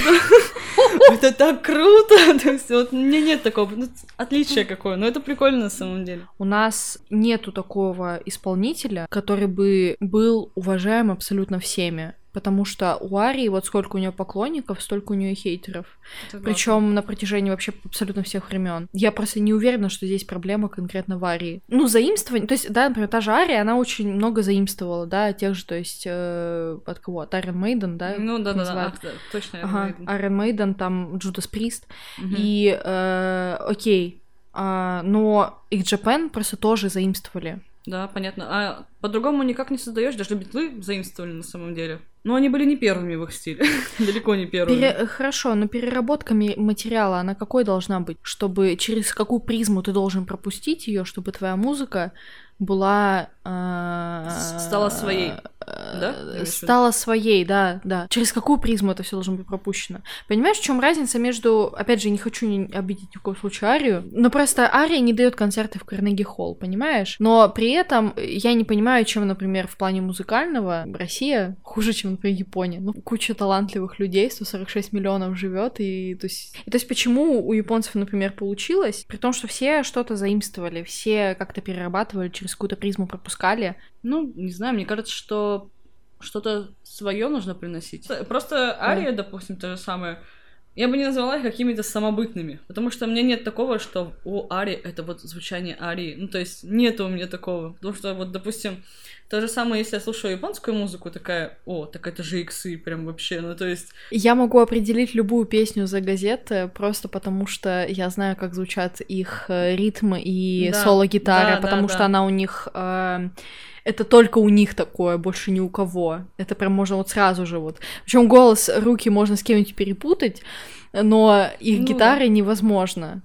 B: это так круто! То есть вот у меня нет такого, отличия какое, но это прикольно на самом деле.
A: У нас нету такого исполнителя, который бы был уважаем абсолютно всеми. Потому что у Арии, вот сколько у нее поклонников, столько у нее хейтеров. Причем на протяжении вообще абсолютно всех времен. Я просто не уверена, что здесь проблема конкретно в Арии. Ну, заимствование. То есть, да, например, та же Ария, она очень много заимствовала, да, тех же, то есть, э, от кого? От Iron Maiden, да?
B: Ну, да, да, да, да, точно Iron
A: ага,
B: Maiden.
A: Iron Maiden, там Judas Priest.
B: Угу.
A: И, э, окей, э, но X-Japan просто тоже заимствовали.
B: Да, понятно. А по-другому никак не создаешь, даже битлы заимствовали на самом деле. Но они были не первыми в их стиле, далеко не первыми.
A: Пере... Хорошо, но переработка материала, она какой должна быть? Чтобы через какую призму ты должен пропустить ее, чтобы твоя музыка была... Э...
B: Стала своей, да?
A: Стала своей, да, да. Через какую призму это все должно быть пропущено? Понимаешь, в чем разница между... Опять же, не хочу не обидеть ни в коем случае Арию, но просто Ария не дает концерты в Карнеги-холл, понимаешь? Но при этом я не понимаю, чем, например, в плане музыкального Россия хуже, чем, например, Япония. Ну, куча талантливых людей, сто сорок шесть миллионов живет, и то есть... И то есть почему у японцев, например, получилось? При том, что все что-то заимствовали, все как-то перерабатывали, через какую-то призму пропускали.
B: Ну, не знаю, мне кажется, что что-то свое нужно приносить. Просто Ария, mm. допустим, то же самое, я бы не назвала их какими-то самобытными, потому что у меня нет такого, что о, Ария — это вот звучание Арии. Ну, то есть нет у меня такого. Потому что вот, допустим, то же самое, если я слушаю японскую музыку, такая, о, так это же иксы, прям вообще, ну, то есть...
A: Я могу определить любую песню за газеты, просто потому что я знаю, как звучат их ритмы и да, соло-гитара, да, потому да, что да. она у них... Э... Это только у них такое, больше ни у кого. Это прям можно вот сразу же вот. Причем голос, руки можно с кем-нибудь перепутать, но их ну, гитары да. невозможно.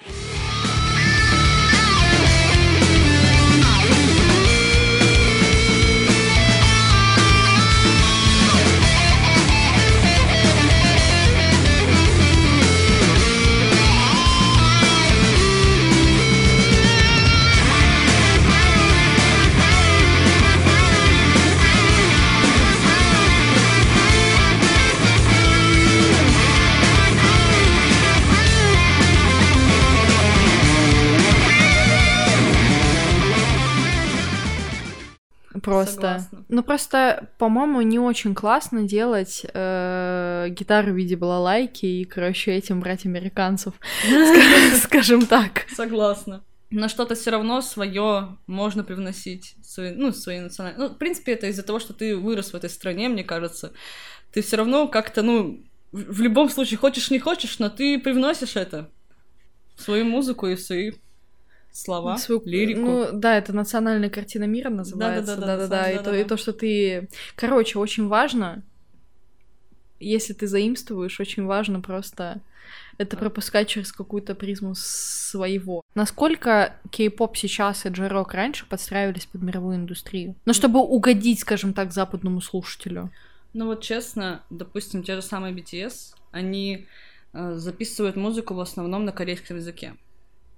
A: Просто.
B: Согласна.
A: Ну, просто, по-моему, не очень классно делать э, гитару в виде балалайки и, короче, этим брать американцев, скажем так.
B: Согласна. На что-то все равно свое можно привносить, свои, ну, свои национальные. Ну, в принципе, это из-за того, что ты вырос в этой стране, мне кажется. Ты все равно как-то, ну, в любом случае, хочешь не хочешь, но ты привносишь это в свою музыку и в свои слова, свою, лирику.
A: Ну, да, это национальная картина мира называется. Да-да-да. И, то, и то, что ты... Короче, очень важно, если ты заимствуешь, очень важно просто это пропускать через какую-то призму своего. Насколько кей-поп сейчас и джей-рок раньше подстраивались под мировую индустрию? Ну, чтобы угодить, скажем так, западному слушателю.
B: Ну, вот честно, допустим, те же самые би ти эс, они э, записывают музыку в основном на корейском языке.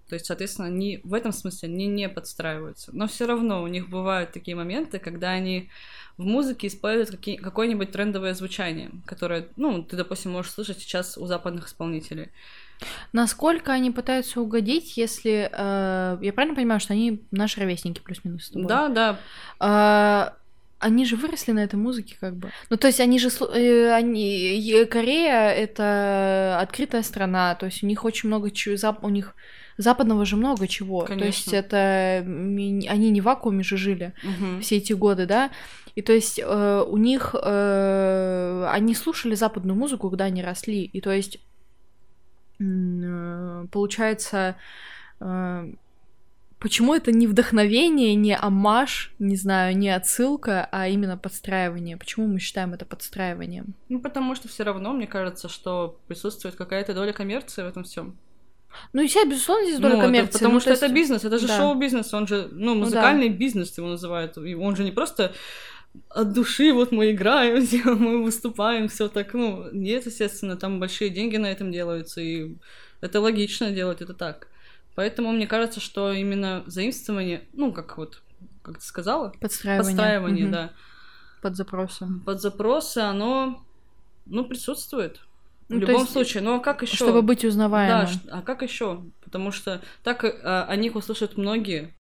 B: То есть, соответственно, они в этом смысле они не подстраиваются. Но все равно у них бывают такие моменты, когда они в музыке используют какие- какое-нибудь трендовое звучание, которое, ну, ты, допустим, можешь слышать сейчас у западных исполнителей.
A: Насколько они пытаются угодить, если... э, я правильно понимаю, что они наши ровесники плюс-минус с тобой?
B: Да, да.
A: А, они же выросли на этой музыке, как бы. Ну, то есть они же... слу- э, они, е- Корея — это открытая страна, то есть у них очень много чего... зап- У них западного же много чего. То есть
B: Конечно.
A: это... ми- Они не в вакууме же жили
B: Мгм.
A: все эти годы, да? И то есть э, у них... э, они слушали западную музыку, когда они росли. И то есть... м, э, Получается... э, Почему это не вдохновение, не оммаж, не знаю, не отсылка, а именно подстраивание? Почему мы считаем это подстраиванием?
B: Ну, потому что все равно, мне кажется, что присутствует какая-то доля коммерции в этом всем.
A: Ну, и себя, безусловно, здесь доля
B: Ну, это
A: коммерции.
B: потому
A: ну,
B: что
A: то есть-
B: это бизнес, это же
A: да.
B: шоу-бизнес, он же, ну,
A: да.
B: музыкальный бизнес его называют. И он же не просто от души, вот мы играем, мы выступаем, все так, ну, нет, естественно, там большие деньги на этом делаются, и это логично делать это так. Поэтому мне кажется, что именно заимствование, ну, как вот, как ты сказала,
A: Подстраивание.
B: подстраивание,
A: Мгм.
B: да,
A: Под запросом.
B: под запросы, оно, ну, присутствует.
A: Ну,
B: В
A: то
B: любом
A: есть,
B: случае, ну а как еще?
A: Чтобы быть
B: Да,
A: узнаваемым.
B: ш- а как еще? Потому что так а, о них услышат многие,